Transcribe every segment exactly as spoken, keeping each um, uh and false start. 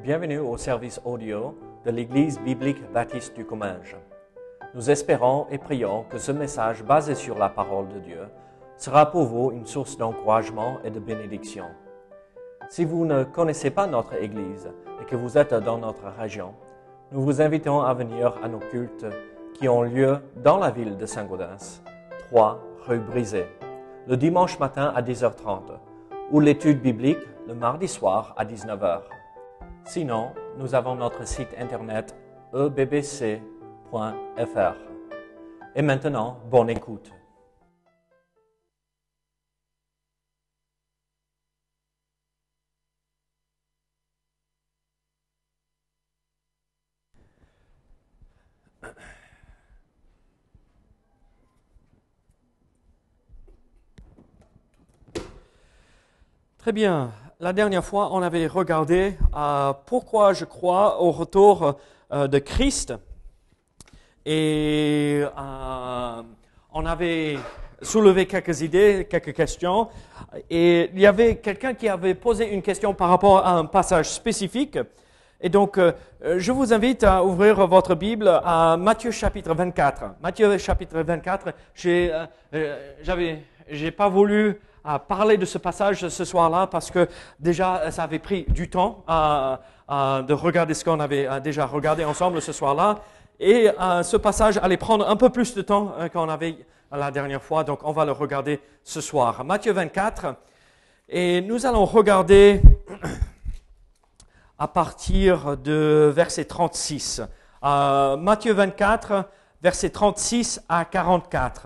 Bienvenue au service audio de l'Église biblique baptiste du Comminges. Nous espérons et prions que ce message basé sur la parole de Dieu sera pour vous une source d'encouragement et de bénédiction. Si vous ne connaissez pas notre Église et que vous êtes dans notre région, nous vous invitons à venir à nos cultes qui ont lieu dans la ville de Saint-Gaudens, trois rue Brisée, le dimanche matin à dix heures trente, ou l'étude biblique le mardi soir à dix-neuf heures. Sinon, nous avons notre site internet e b b c point f r. Et maintenant, bonne écoute. Très bien. La dernière fois, on avait regardé euh, pourquoi je crois au retour euh, de Christ. Et euh, on avait soulevé quelques idées, quelques questions. Et il y avait quelqu'un qui avait posé une question par rapport à un passage spécifique. Et donc, euh, je vous invite à ouvrir votre Bible à Matthieu chapitre vingt-quatre. Matthieu chapitre vingt-quatre, j'ai, euh, j'avais, j'ai pas voulu à parler de ce passage ce soir-là parce que déjà ça avait pris du temps euh, euh, de regarder ce qu'on avait euh, déjà regardé ensemble ce soir-là et euh, ce passage allait prendre un peu plus de temps euh, qu'on avait la dernière fois, donc on va le regarder ce soir. Matthieu vingt-quatre, et nous allons regarder à partir de verset trente-six. Euh, Matthieu vingt-quatre, verset trente-six à quarante-quatre.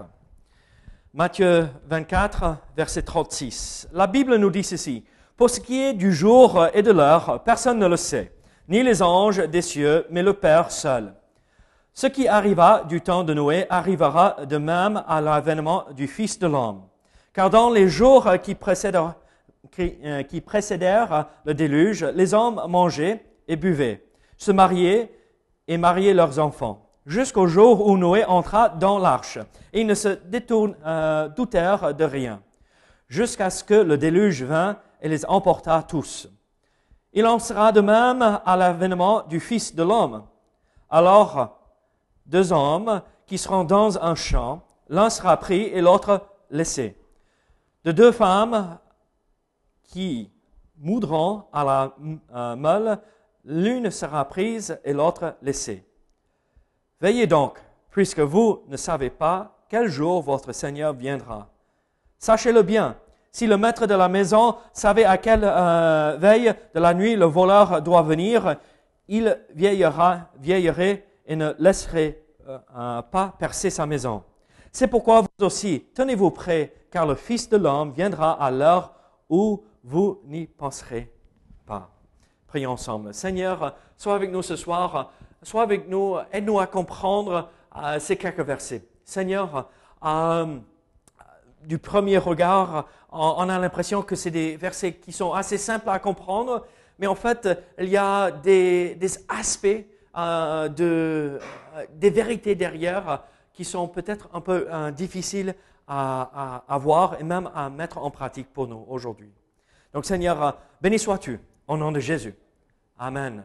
Matthieu vingt-quatre, verset trente-six. La Bible nous dit ceci. « Pour ce qui est du jour et de l'heure, personne ne le sait, ni les anges des cieux, mais le Père seul. Ce qui arriva du temps de Noé arrivera de même à l'avènement du Fils de l'homme. Car dans les jours qui précédèrent, qui, euh, qui précédèrent le déluge, les hommes mangeaient et buvaient, se mariaient et mariaient leurs enfants, jusqu'au jour où Noé entra dans l'arche, et ils ne se détourne, euh, doutèrent de rien, jusqu'à ce que le déluge vint et les emporta tous. Il en sera de même à l'avènement du Fils de l'homme. Alors, deux hommes qui seront dans un champ, l'un sera pris et l'autre laissé. De deux femmes qui moudront à la euh, meule, l'une sera prise et l'autre laissée. Veillez donc, puisque vous ne savez pas quel jour votre Seigneur viendra. Sachez-le bien, si le maître de la maison savait à quelle euh, veille de la nuit le voleur doit venir, il vieillira, vieillerait et ne laisserait euh, euh, pas percer sa maison. C'est pourquoi vous aussi, tenez-vous prêts, car le Fils de l'homme viendra à l'heure où vous n'y penserez pas. » Prions ensemble. Seigneur, sois avec nous ce soir. Sois avec nous, aide-nous à comprendre euh, ces quelques versets. Seigneur, euh, du premier regard, on, on a l'impression que c'est des versets qui sont assez simples à comprendre, mais en fait, il y a des, des aspects, euh, de, euh, des vérités derrière qui sont peut-être un peu euh, difficiles à, à, à voir et même à mettre en pratique pour nous aujourd'hui. Donc Seigneur, euh, béni sois-tu, au nom de Jésus. Amen.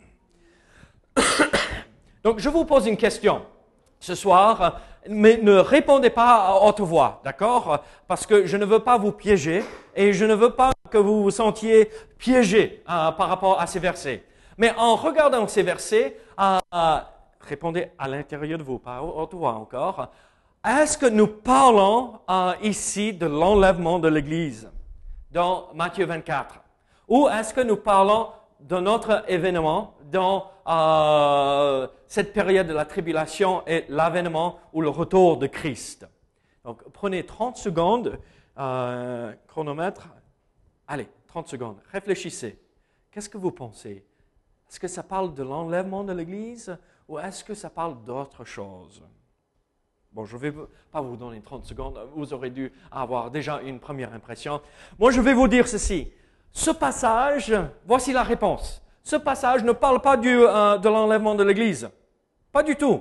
Donc, je vous pose une question ce soir, mais ne répondez pas à haute voix, d'accord? Parce que je ne veux pas vous piéger et je ne veux pas que vous vous sentiez piégé euh, par rapport à ces versets. Mais en regardant ces versets, euh, euh, répondez à l'intérieur de vous, pas à haute voix encore. Est-ce que nous parlons euh, ici de l'enlèvement de l'Église dans Matthieu vingt-quatre? Ou est-ce que nous parlons d'un autre événement dans euh, cette période de la tribulation et l'avènement ou le retour de Christ? Donc, prenez trente secondes, euh, chronomètre. Allez, trente secondes. Réfléchissez. Qu'est-ce que vous pensez? Est-ce que ça parle de l'enlèvement de l'Église ou est-ce que ça parle d'autre chose? Bon, je ne vais pas vous donner trente secondes. Vous aurez dû avoir déjà une première impression. Moi, je vais vous dire ceci. Ce passage, voici la réponse. Ce passage ne parle pas du, euh, de l'enlèvement de l'Église. Pas du tout.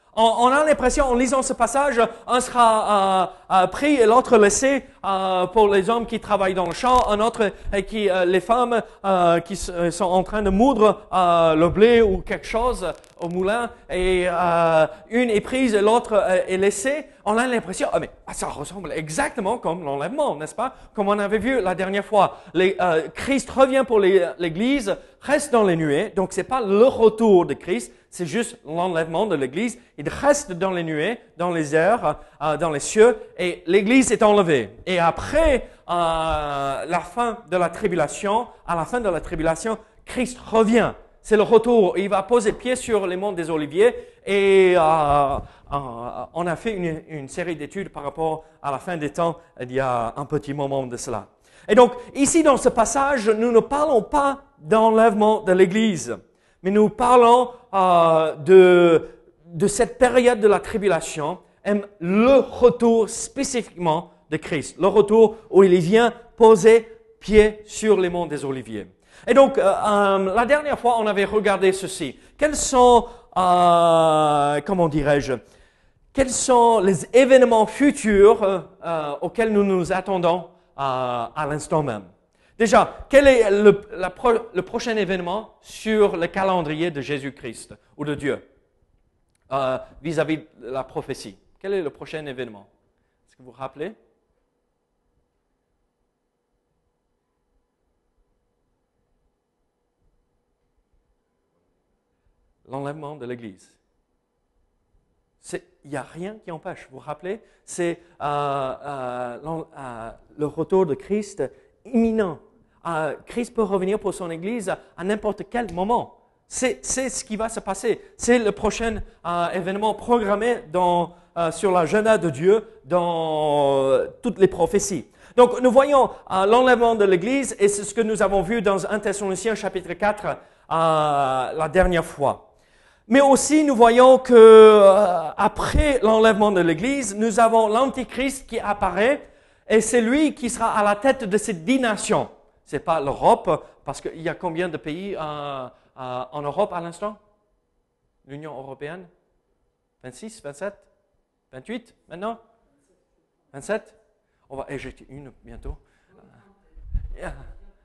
On, on a l'impression, en lisant ce passage, un sera euh, euh, pris et l'autre laissé euh, pour les hommes qui travaillent dans le champ, un autre euh, qui, euh, les femmes euh, qui sont en train de moudre euh, le blé ou quelque chose au moulin, et euh, une est prise et l'autre euh, est laissée. On a l'impression, ah mais ça ressemble exactement comme l'enlèvement, n'est-ce pas? Comme on avait vu la dernière fois, les, euh, Christ revient pour les, l'Église, reste dans les nuées, donc c'est pas le retour de Christ, c'est juste l'enlèvement de l'Église. Il reste dans les nuées, dans les airs, euh, dans les cieux, et l'Église est enlevée. Et après euh, la fin de la tribulation, à la fin de la tribulation, Christ revient. C'est le retour. Il va poser pied sur les monts des Oliviers. Et euh, euh, on a fait une, une série d'études par rapport à la fin des temps, il y a un petit moment de cela. Et donc, ici dans ce passage, nous ne parlons pas d'enlèvement de l'Église, mais nous parlons euh, de, de cette période de la tribulation, et le retour spécifiquement de Christ, le retour où il vient poser pied sur les monts des Oliviers. Et donc, euh, euh, la dernière fois, on avait regardé ceci. Quels sont, euh, comment dirais-je, quels sont les événements futurs euh, euh, auxquels nous nous attendons euh, à l'instant même? Déjà, quel est le, la pro, le prochain événement sur le calendrier de Jésus-Christ ou de Dieu euh, vis-à-vis de la prophétie? Quel est le prochain événement? Est-ce que vous vous rappelez? L'enlèvement de l'Église. Il n'y a rien qui empêche, vous vous rappelez? C'est euh, euh, euh, le retour de Christ imminent. Euh, Christ peut revenir pour son Église à n'importe quel moment. C'est ce qui va se passer. C'est le prochain euh, événement programmé dans, euh, sur l'agenda de Dieu dans euh, toutes les prophéties. Donc, nous voyons euh, l'enlèvement de l'Église et c'est ce que nous avons vu dans un Thessaloniciens chapitre quatre euh, la dernière fois. Mais aussi, nous voyons que euh, après l'enlèvement de l'Église, nous avons l'Antichrist qui apparaît et c'est lui qui sera à la tête de ces dix nations. C'est pas l'Europe, parce qu'il y a combien de pays euh, euh, en Europe à l'instant? L'Union européenne? vingt-six, vingt-sept, vingt-huit maintenant? vingt-sept? On va éjecter une bientôt. Euh, yeah.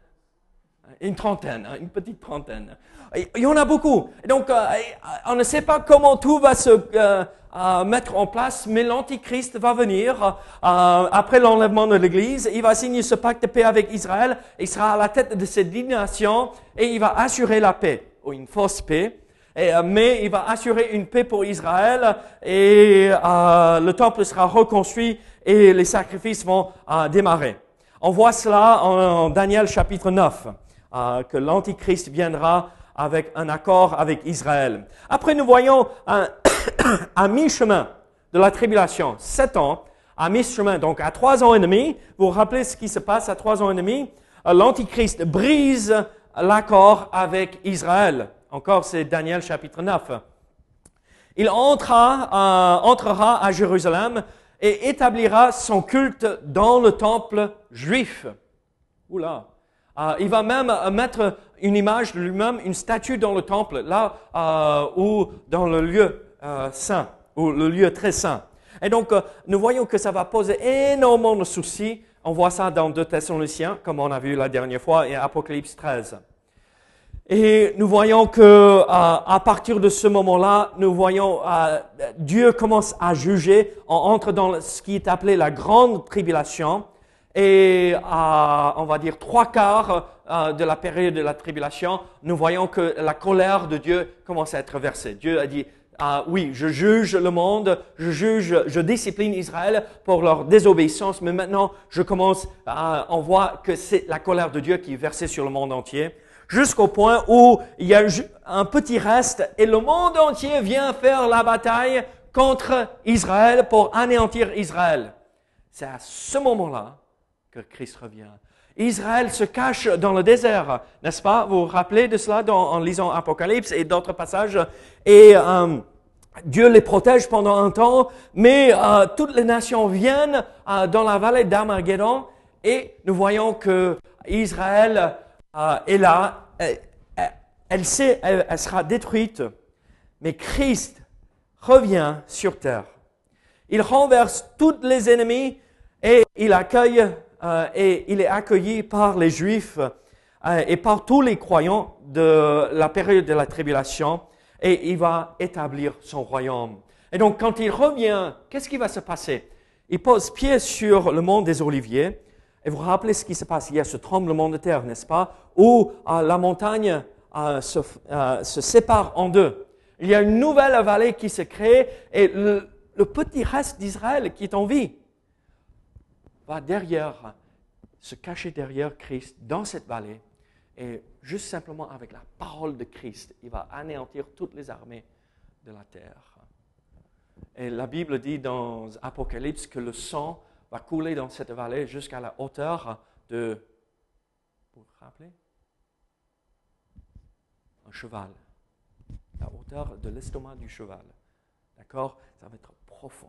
Une trentaine, une petite trentaine. Il y en a beaucoup. Donc, euh, on ne sait pas comment tout va se euh, euh, mettre en place, mais l'Antichrist va venir euh, après l'enlèvement de l'Église. Il va signer ce pacte de paix avec Israël. Il sera à la tête de ces dix nations et il va assurer la paix, ou une fausse paix. Et, euh, mais il va assurer une paix pour Israël et euh, le temple sera reconstruit et les sacrifices vont euh, démarrer. On voit cela en, en Daniel chapitre neuf. Euh, que l'Antichrist viendra avec un accord avec Israël. Après, nous voyons un, à mi-chemin de la tribulation, sept ans, à mi-chemin, donc à trois ans et demi, vous vous rappelez ce qui se passe à trois ans et demi? Euh, L'Antichrist brise l'accord avec Israël. Encore, c'est Daniel chapitre neuf. Il entrera, euh, entrera à Jérusalem et établira son culte dans le temple juif. Oula! Euh, il va même euh, mettre une image de lui-même, une statue dans le temple, là euh, ou dans le lieu euh, saint, ou le lieu très saint. Et donc, euh, nous voyons que ça va poser énormément de soucis. On voit ça dans deux Thessaloniciens, comme on a vu la dernière fois, et Apocalypse treize. Et nous voyons que euh, à partir de ce moment-là, nous voyons euh, Dieu commence à juger. On entre dans ce qui est appelé la grande tribulation. Et à, on va dire, trois quarts euh, de la période de la tribulation, nous voyons que la colère de Dieu commence à être versée. Dieu a dit, ah, oui, je juge le monde, je juge, je discipline Israël pour leur désobéissance, mais maintenant, je commence, à, on voit que c'est la colère de Dieu qui est versée sur le monde entier, jusqu'au point où il y a un petit reste et le monde entier vient faire la bataille contre Israël pour anéantir Israël. C'est à ce moment-là que Christ revient. Israël se cache dans le désert, n'est-ce pas? Vous vous rappelez de cela dans, en lisant Apocalypse et d'autres passages. Et euh, Dieu les protège pendant un temps, mais euh, toutes les nations viennent euh, dans la vallée d'Armageddon et nous voyons que Israël euh, est là. Elle, elle sait, elle, elle sera détruite, mais Christ revient sur terre. Il renverse tous les ennemis et il accueille euh, et il est accueilli par les Juifs euh, et par tous les croyants de la période de la tribulation et il va établir son royaume. Et donc quand il revient, qu'est-ce qui va se passer? Il pose pied sur le mont des Oliviers. Et vous vous rappelez ce qui se passe? Il y a ce tremblement de terre, n'est-ce pas? Où euh, la montagne euh, se, euh, se sépare en deux. Il y a une nouvelle vallée qui se crée et le, le petit reste d'Israël qui est en vie va derrière, se cacher derrière Christ dans cette vallée. Et juste simplement avec la parole de Christ, il va anéantir toutes les armées de la terre. Et la Bible dit dans Apocalypse que le sang va couler dans cette vallée jusqu'à la hauteur de, vous vous rappelez? Un cheval. La hauteur de l'estomac du cheval. D'accord? Ça va être profond.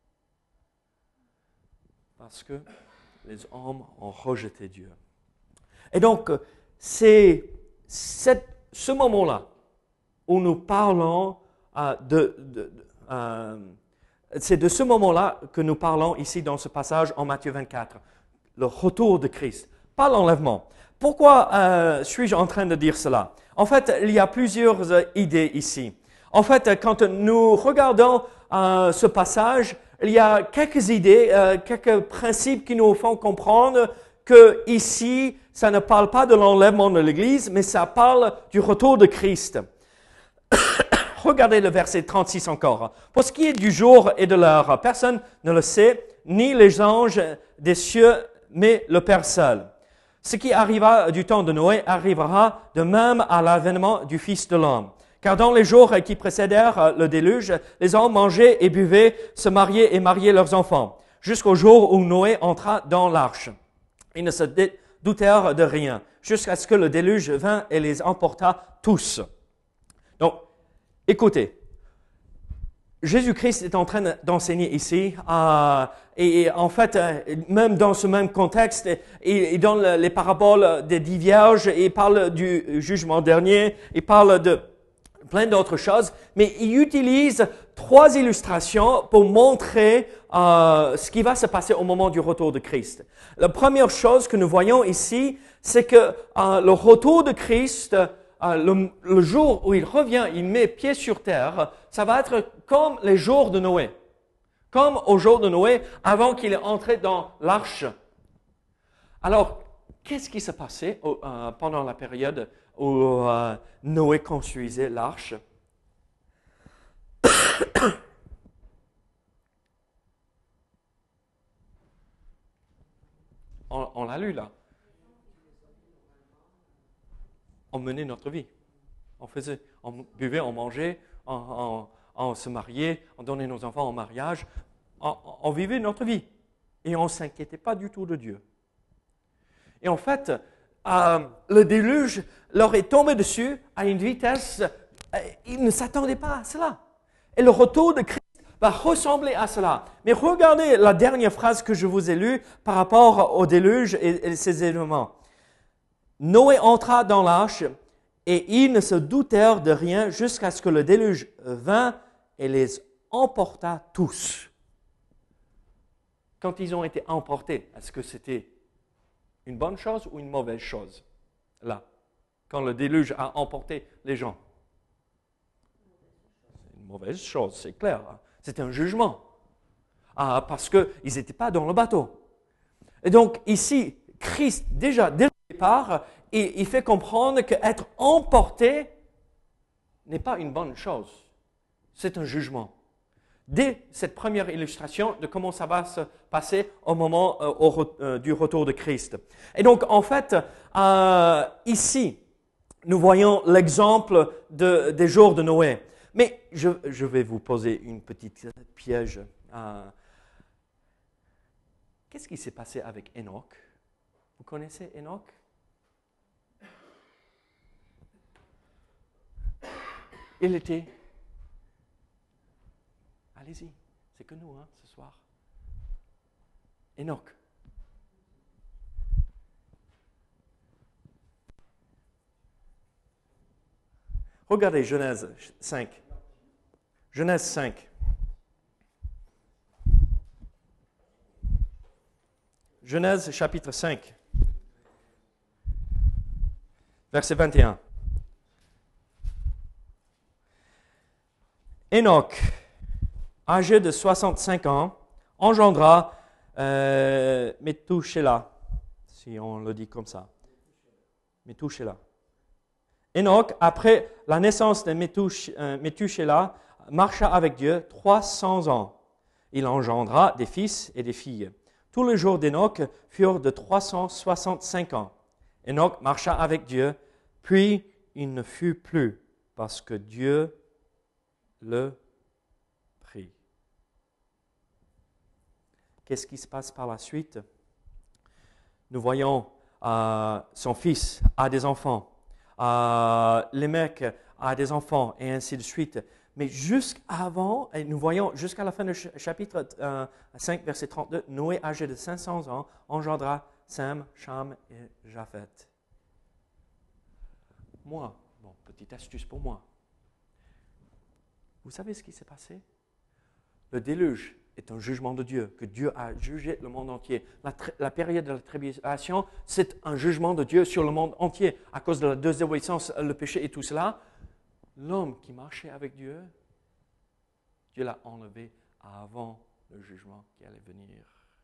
Parce que les hommes ont rejeté Dieu. Et donc, c'est cette, ce moment-là où nous parlons euh, de... de, de euh, c'est de ce moment-là que nous parlons ici dans ce passage en Matthieu vingt-quatre. Le retour de Christ, pas l'enlèvement. Pourquoi euh, suis-je en train de dire cela? En fait, il y a plusieurs euh, idées ici. En fait, quand nous regardons euh, ce passage, il y a quelques idées, euh, quelques principes qui nous font comprendre que ici, ça ne parle pas de l'enlèvement de l'Église, mais ça parle du retour de Christ. Regardez le verset trente-six encore. Pour ce qui est du jour et de l'heure, personne ne le sait, ni les anges des cieux, mais le Père seul. Ce qui arriva du temps de Noé arrivera de même à l'avènement du Fils de l'homme. Car dans les jours qui précédèrent le déluge, les hommes mangeaient et buvaient, se mariaient et mariaient leurs enfants, jusqu'au jour où Noé entra dans l'arche. Ils ne se doutèrent de rien, jusqu'à ce que le déluge vint et les emporta tous. Donc, écoutez, Jésus-Christ est en train d'enseigner ici, euh, et en fait, même dans ce même contexte, il, il donne les paraboles des dix vierges, il parle du jugement dernier, il parle de plein d'autres choses, mais il utilise trois illustrations pour montrer euh, ce qui va se passer au moment du retour de Christ. La première chose que nous voyons ici, c'est que euh, le retour de Christ, euh, le, le jour où il revient, il met pied sur terre, ça va être comme les jours de Noé. Comme au jour de Noé, avant qu'il est entré dans l'arche. Alors, qu'est-ce qui s'est passé euh, pendant la période où euh, Noé construisait l'arche? on on l'a lu là. On menait notre vie. On faisait, on buvait, on mangeait, on, on, on se mariait, on donnait nos enfants en mariage. On, on vivait notre vie. Et on ne s'inquiétait pas du tout de Dieu. Et en fait, euh, le déluge leur est tombé dessus à une vitesse, euh, ils ne s'attendaient pas à cela. Et le retour de Christ va ressembler à cela. Mais regardez la dernière phrase que je vous ai lue par rapport au déluge et, et ces éléments. Noé entra dans l'arche et ils ne se doutèrent de rien jusqu'à ce que le déluge vint et les emporta tous. Quand ils ont été emportés, est-ce que c'était une bonne chose ou une mauvaise chose? Là, quand le déluge a emporté les gens. C'est une mauvaise chose, c'est clair. C'est un jugement. Ah, parce qu'ils n'étaient pas dans le bateau. Et donc ici, Christ, déjà dès le départ, il, il fait comprendre qu'être emporté n'est pas une bonne chose. C'est un jugement. Dès cette première illustration de comment ça va se passer au moment euh, au, euh, du retour de Christ. Et donc, en fait, euh, ici, nous voyons l'exemple de, des jours de Noé. Mais je, je vais vous poser une petite piège. Euh, qu'est-ce qui s'est passé avec Enoch? Vous connaissez Enoch? Il était... Allez-y, c'est que nous, hein, ce soir. Enoch. Regardez Genèse cinq. Genèse cinq. Genèse chapitre cinq, verset vingt et un. Enoch, âgé de soixante-cinq ans, engendra euh, Méthusélah, si on le dit comme ça. Méthusélah. Enoch, après la naissance de Méthusélah, marcha avec Dieu trois cents ans. Il engendra des fils et des filles. Tous les jours d'Enoch furent de trois cent soixante-cinq ans. Enoch marcha avec Dieu, puis il ne fut plus, parce que Dieu le prit. Qu'est-ce qui se passe par la suite? Nous voyons euh, son fils a des enfants, euh, Lémec a des enfants, et ainsi de suite. Mais jusqu'avant, et nous voyons jusqu'à la fin du chapitre euh, cinq, verset trente-deux, Noé, âgé de cinq cents ans, engendra Sem, Cham et Japheth. Moi, bon, petite astuce pour moi. Vous savez ce qui s'est passé? Le déluge est un jugement de Dieu, que Dieu a jugé le monde entier. La, la période de la tribulation, c'est un jugement de Dieu sur le monde entier. À cause de la désobéissance, le péché et tout cela, l'homme qui marchait avec Dieu, Dieu l'a enlevé avant le jugement qui allait venir.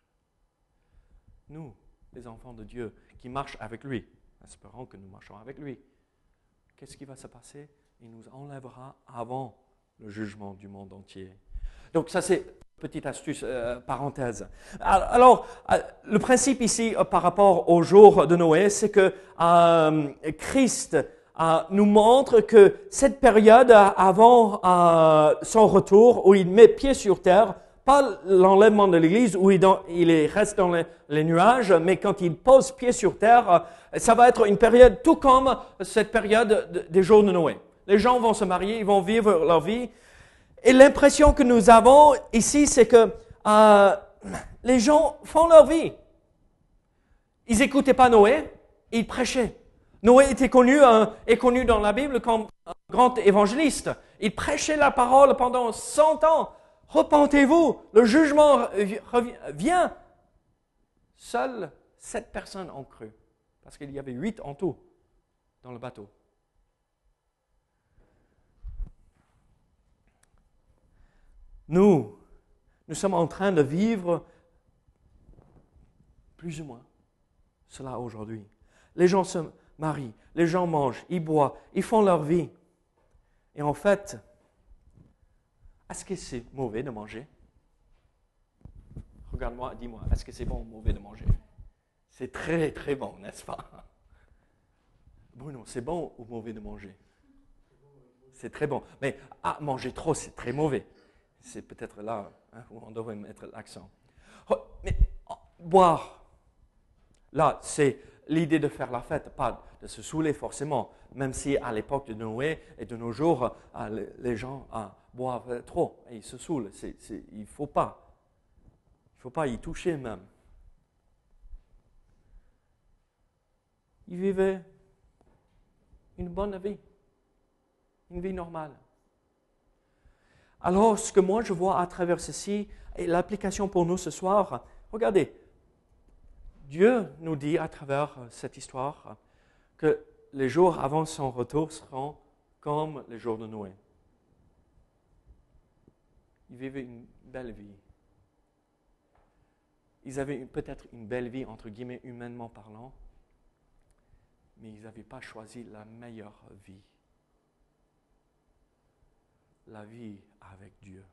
Nous, les enfants de Dieu, qui marchent avec lui, espérons que nous marchons avec lui, qu'est-ce qui va se passer? Il nous enlèvera avant le jugement du monde entier. Donc ça, c'est une petite astuce, euh, parenthèse. Alors, euh, le principe ici, euh, par rapport au jour de Noé, c'est que euh, Christ euh, nous montre que cette période avant euh, son retour, où il met pied sur terre, pas l'enlèvement de l'Église, où il, dans, il reste dans les, les nuages, mais quand il pose pied sur terre, euh, ça va être une période tout comme cette période de, des jours de Noé. Les gens vont se marier, ils vont vivre leur vie. Et l'impression que nous avons ici, c'est que euh, les gens font leur vie. Ils n'écoutaient pas Noé, ils prêchaient. Noé était connu, euh, est connu dans la Bible comme un grand évangéliste. Il prêchait la parole pendant cent ans. Repentez-vous, le jugement vient. Seules sept personnes ont cru, parce qu'il y avait huit en tout dans le bateau. Nous, nous sommes en train de vivre plus ou moins cela aujourd'hui. Les gens se marient, les gens mangent, ils boivent, ils font leur vie. Et en fait, est-ce que c'est mauvais de manger? Regarde-moi, dis-moi, est-ce que c'est bon ou mauvais de manger? C'est très, très bon, n'est-ce pas? Bruno, c'est bon ou mauvais de manger? C'est très bon. Mais ah, manger trop, c'est très mauvais. C'est peut-être là hein, où on devrait mettre l'accent. Mais oh, boire, là, c'est l'idée de faire la fête, pas de se saouler forcément, même si à l'époque de Noé et de nos jours, les gens boivent trop et ils se saoulent. C'est, c'est, il ne faut pas. Il ne faut pas y toucher même. Ils vivaient une bonne vie, une vie normale. Alors, ce que moi je vois à travers ceci, et l'application pour nous ce soir, regardez, Dieu nous dit à travers cette histoire que les jours avant son retour seront comme les jours de Noé. Ils vivaient une belle vie. Ils avaient peut-être une belle vie, entre guillemets, humainement parlant, mais ils n'avaient pas choisi la meilleure vie. La vie avec Dieu.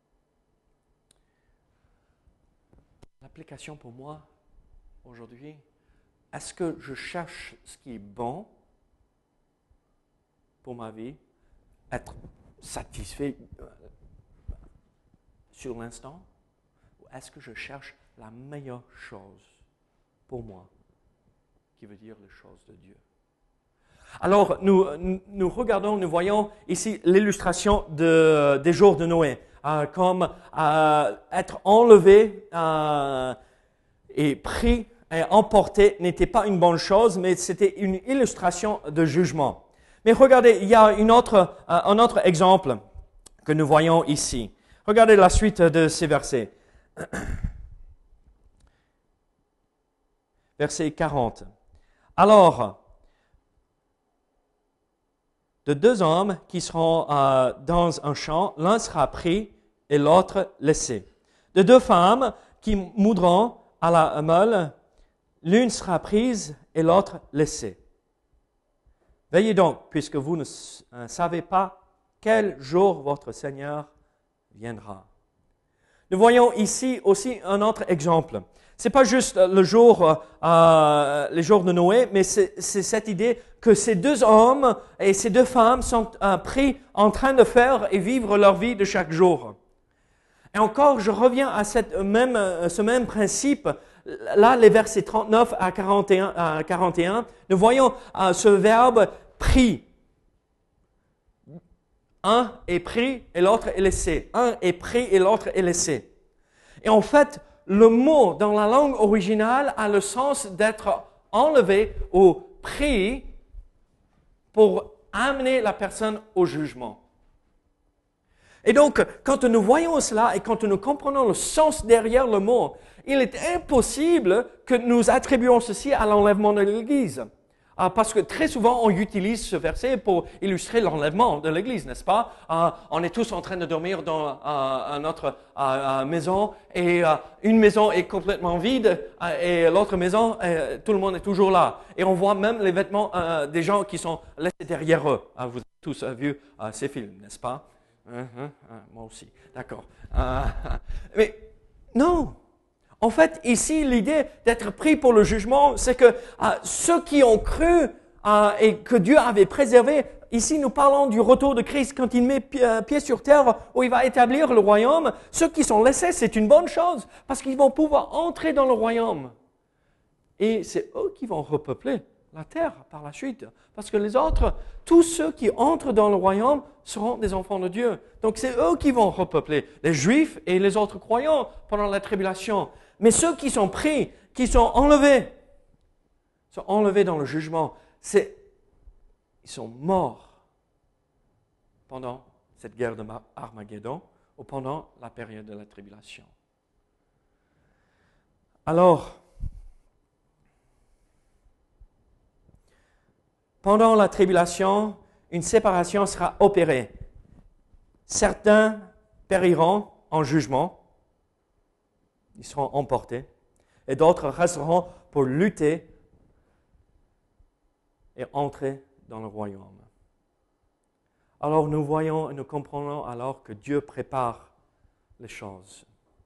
L'application pour moi, aujourd'hui, est-ce que je cherche ce qui est bon pour ma vie, être satisfait sur l'instant, ou est-ce que je cherche la meilleure chose pour moi, qui veut dire les choses de Dieu? Alors, nous, nous regardons, nous voyons ici l'illustration de, des jours de Noé, euh, comme euh, être enlevé euh, et pris et emporté n'était pas une bonne chose, mais c'était une illustration de jugement. Mais regardez, il y a une autre, euh, un autre exemple. que nous voyons ici. Regardez la suite de ces versets. Verset quarante. Alors, de deux hommes qui seront euh, dans un champ, l'un sera pris et l'autre laissé. De deux femmes qui moudront à la meule, l'une sera prise et l'autre laissée. Veillez donc, puisque vous ne savez pas quel jour votre Seigneur viendra. Nous voyons ici aussi un autre exemple. Ce n'est pas juste le jour, euh, les jours de Noé, mais c'est, c'est cette idée que ces deux hommes et ces deux femmes sont euh, pris en train de faire et vivre leur vie de chaque jour. Et encore, je reviens à cette même, ce même principe. Là, les versets trente-neuf à quarante et un, à quarante et un nous voyons euh, ce verbe « pris ». Un est pris et l'autre est laissé. Un est pris et l'autre est laissé. Et en fait, le mot dans la langue originale a le sens d'être enlevé ou pris pour amener la personne au jugement. Et donc, quand nous voyons cela et quand nous comprenons le sens derrière le mot, il est impossible que nous attribuions ceci à l'enlèvement de l'Église. Parce que très souvent, on utilise ce verset pour illustrer l'enlèvement de l'Église, n'est-ce pas? On est tous en train de dormir dans notre maison et une maison est complètement vide et l'autre maison, tout le monde est toujours là. Et on voit même les vêtements des gens qui sont laissés derrière eux. Vous avez tous vu ces films, n'est-ce pas? Uh-huh, uh, moi aussi, d'accord. Uh, mais non, en fait, ici, l'idée d'être pris pour le jugement, c'est que uh, ceux qui ont cru uh, et que Dieu avait préservé, ici nous parlons du retour de Christ quand il met pi- uh, pied sur terre où il va établir le royaume. Ceux qui sont laissés, c'est une bonne chose parce qu'ils vont pouvoir entrer dans le royaume. Et c'est eux qui vont repeupler la terre par la suite. Parce que les autres, tous ceux qui entrent dans le royaume seront des enfants de Dieu. Donc c'est eux qui vont repeupler, les Juifs et les autres croyants pendant la tribulation. Mais ceux qui sont pris, qui sont enlevés, sont enlevés dans le jugement, c'est, ils sont morts pendant cette guerre de Armageddon ou pendant la période de la tribulation. Alors, pendant la tribulation, une séparation sera opérée. Certains périront en jugement, ils seront emportés, et d'autres resteront pour lutter et entrer dans le royaume. Alors nous voyons et nous comprenons alors que Dieu prépare les choses.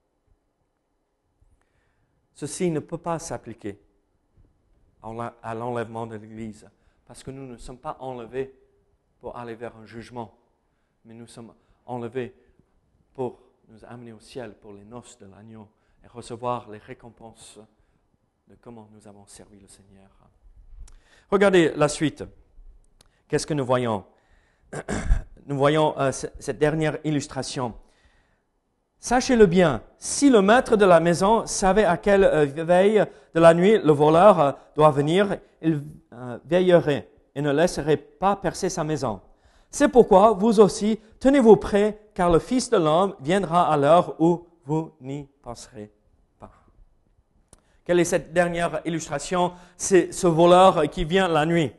Ceci ne peut pas s'appliquer à l'enlèvement de l'Église. Parce que nous ne sommes pas enlevés pour aller vers un jugement, mais nous sommes enlevés pour nous amener au ciel, pour les noces de l'agneau, et recevoir les récompenses de comment nous avons servi le Seigneur. Regardez la suite. Qu'est-ce que nous voyons? Nous voyons euh, cette dernière illustration. Sachez-le bien, si le maître de la maison savait à quelle euh, veille de la nuit le voleur euh, doit venir, il euh, veillerait et ne laisserait pas percer sa maison. C'est pourquoi vous aussi, tenez-vous prêts, car le Fils de l'homme viendra à l'heure où vous n'y penserez pas. Quelle est cette dernière illustration? C'est ce voleur qui vient la nuit.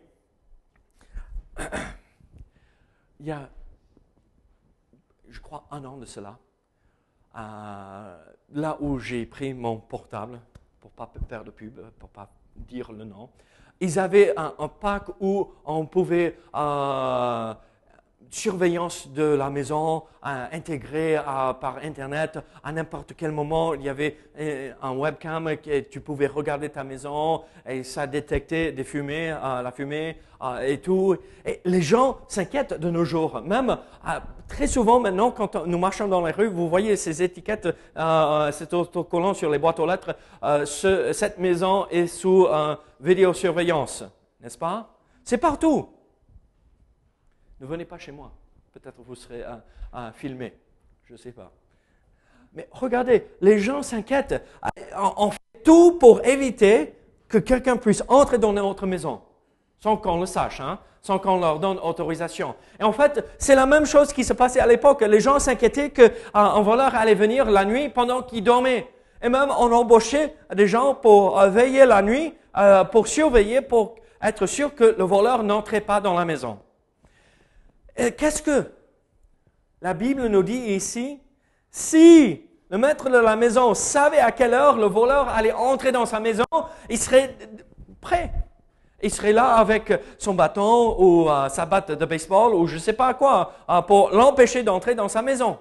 Il y a, je crois, un an de cela, Euh, là où j'ai pris mon portable, pour ne pas faire de pub, pour ne pas dire le nom, ils avaient un, un pack où on pouvait, euh, surveillance de la maison, euh, intégrée euh, par Internet, à n'importe quel moment, il y avait euh, un webcam et tu pouvais regarder ta maison et ça détectait des fumées, euh, la fumée euh, et tout. Et les gens s'inquiètent de nos jours. Même euh, très souvent maintenant, quand nous marchons dans les rues, vous voyez ces étiquettes, euh, cet autocollant sur les boîtes aux lettres, euh, ce, cette maison est sous euh, vidéosurveillance, n'est-ce pas? C'est partout. Ne venez pas chez moi. Peut-être vous serez euh, euh, filmé. Je ne sais pas. Mais regardez, les gens s'inquiètent. On fait tout pour éviter que quelqu'un puisse entrer dans notre maison. sans qu'on le sache, hein, sans qu'on leur donne autorisation. Et en fait, c'est la même chose qui se passait à l'époque. Les gens s'inquiétaient qu'un voleur allait venir la nuit pendant qu'ils dormaient. Et même on embauchait des gens pour euh, veiller la nuit, euh, pour surveiller, pour être sûr que le voleur n'entrait pas dans la maison. Et qu'est-ce que la Bible nous dit ici? Si le maître de la maison savait à quelle heure le voleur allait entrer dans sa maison, il serait prêt. Il serait là avec son bâton ou euh, sa batte de baseball ou je ne sais pas quoi euh, pour l'empêcher d'entrer dans sa maison.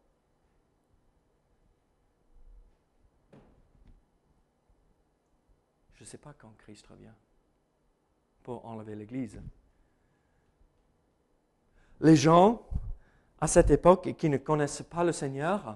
Je ne sais pas quand Christ revient pour enlever l'Église. Les gens, à cette époque, qui ne connaissent pas le Seigneur,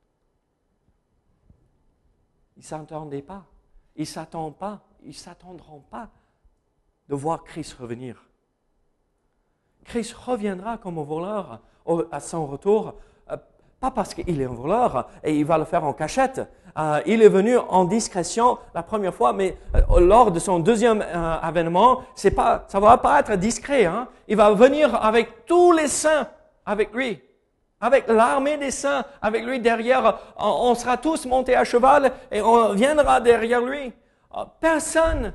ils ne s'attendaient pas. Ils ne s'attendent pas. Ils ne s'attendront pas de voir Christ revenir. Christ reviendra comme un voleur à son retour, pas parce qu'il est un voleur et il va le faire en cachette. Euh, il est venu en discrétion la première fois, mais euh, lors de son deuxième euh, avènement, c'est pas, ça ne va pas être discret. Hein? Il va venir avec tous les saints avec lui, avec l'armée des saints avec lui derrière. On, on sera tous montés à cheval et on viendra derrière lui. Euh, personne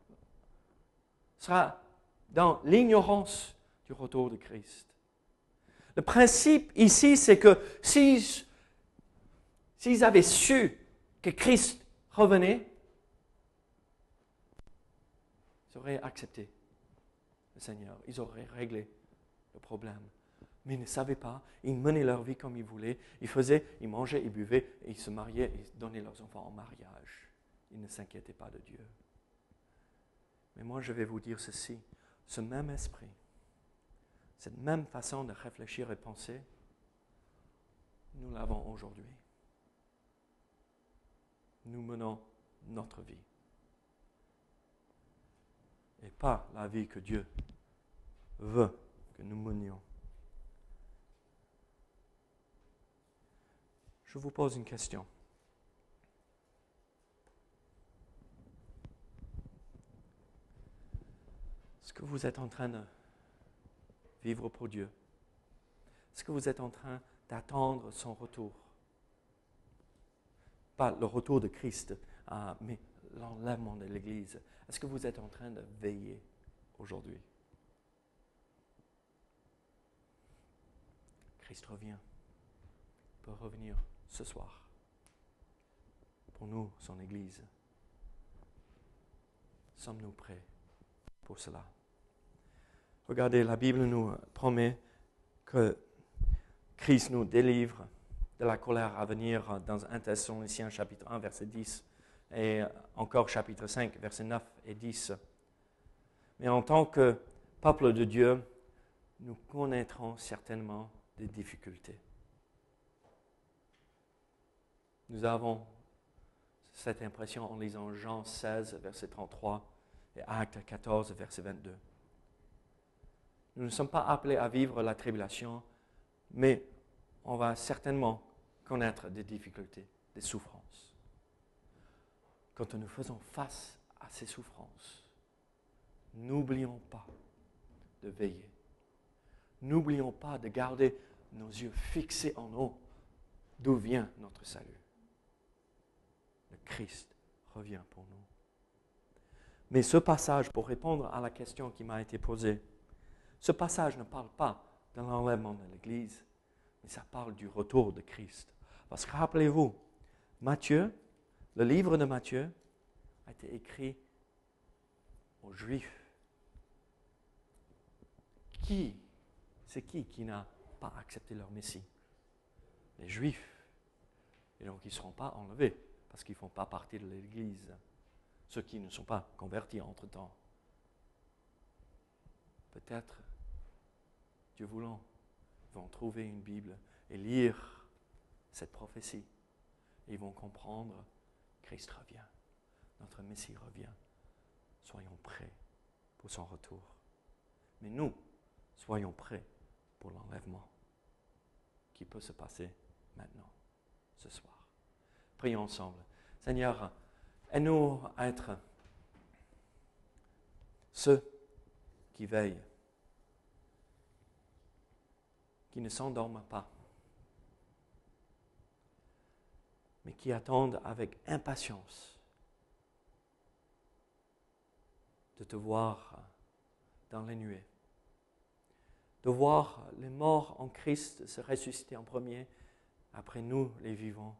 sera dans l'ignorance du retour de Christ. Le principe ici, c'est que s'ils, s'ils avaient su que Christ revenait, ils auraient accepté le Seigneur. Ils auraient réglé le problème. Mais ils ne savaient pas. Ils menaient leur vie comme ils voulaient. Ils faisaient, ils mangeaient, ils buvaient, et ils se mariaient, ils donnaient leurs enfants en mariage. Ils ne s'inquiétaient pas de Dieu. Mais moi, je vais vous dire ceci. Ce même esprit, cette même façon de réfléchir et penser, nous l'avons aujourd'hui. Nous menons notre vie. Et pas la vie que Dieu veut que nous menions. Je vous pose une question. Est-ce que vous êtes en train de vivre pour Dieu? Est-ce que vous êtes en train d'attendre son retour? Pas le retour de Christ, euh, mais l'enlèvement de l'Église. Est-ce que vous êtes en train de veiller aujourd'hui? Christ revient. Il peut revenir ce soir. Pour nous, son Église. Sommes-nous prêts pour cela? Regardez, la Bible nous promet que Christ nous délivre de la colère à venir dans un Thessaloniciens chapitre un, verset dix, et encore chapitre cinq, versets neuf et dix. Mais en tant que peuple de Dieu, nous connaîtrons certainement des difficultés. Nous avons cette impression en lisant Jean seize, verset trente-trois, et Actes quatorze, verset vingt-deux. Nous ne sommes pas appelés à vivre la tribulation, mais on va certainement connaître des difficultés, des souffrances. Quand nous faisons face à ces souffrances, n'oublions pas de veiller. N'oublions pas de garder nos yeux fixés en haut, d'où vient notre salut. Le Christ revient pour nous. Mais ce passage, pour répondre à la question qui m'a été posée, ce passage ne parle pas de l'enlèvement de l'Église, mais ça parle du retour de Christ. Parce que rappelez-vous, Matthieu, le livre de Matthieu, a été écrit aux Juifs. Qui, c'est qui qui n'a pas accepté leur Messie? Les Juifs. Et donc ils ne seront pas enlevés parce qu'ils ne font pas partie de l'Église. Ceux qui ne sont pas convertis entre-temps. Peut-être, Dieu voulant, vont trouver une Bible et lire cette prophétie. Et ils vont comprendre, Christ revient, notre Messie revient. Soyons prêts pour son retour. Mais nous, soyons prêts pour l'enlèvement qui peut se passer maintenant, ce soir. Prions ensemble. Seigneur, aide-nous à être ceux qui veillent, qui ne s'endorment pas, mais qui attendent avec impatience de te voir dans les nuées, de voir les morts en Christ se ressusciter en premier, après nous, les vivants,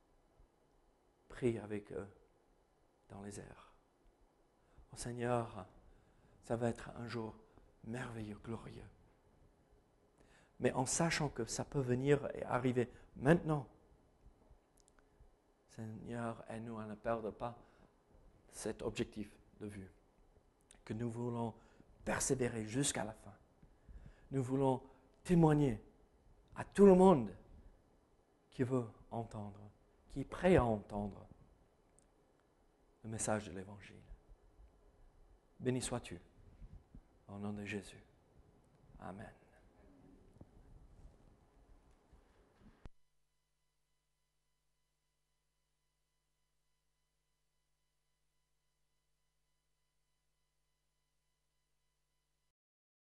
pris avec eux dans les airs. Oh Seigneur, ça va être un jour merveilleux, glorieux. Mais en sachant que ça peut venir et arriver maintenant, Seigneur, aide-nous à ne perdre pas cet objectif de vue, que nous voulons persévérer jusqu'à la fin. Nous voulons témoigner à tout le monde qui veut entendre, qui est prêt à entendre le message de l'Évangile. Béni sois-tu, au nom de Jésus. Amen.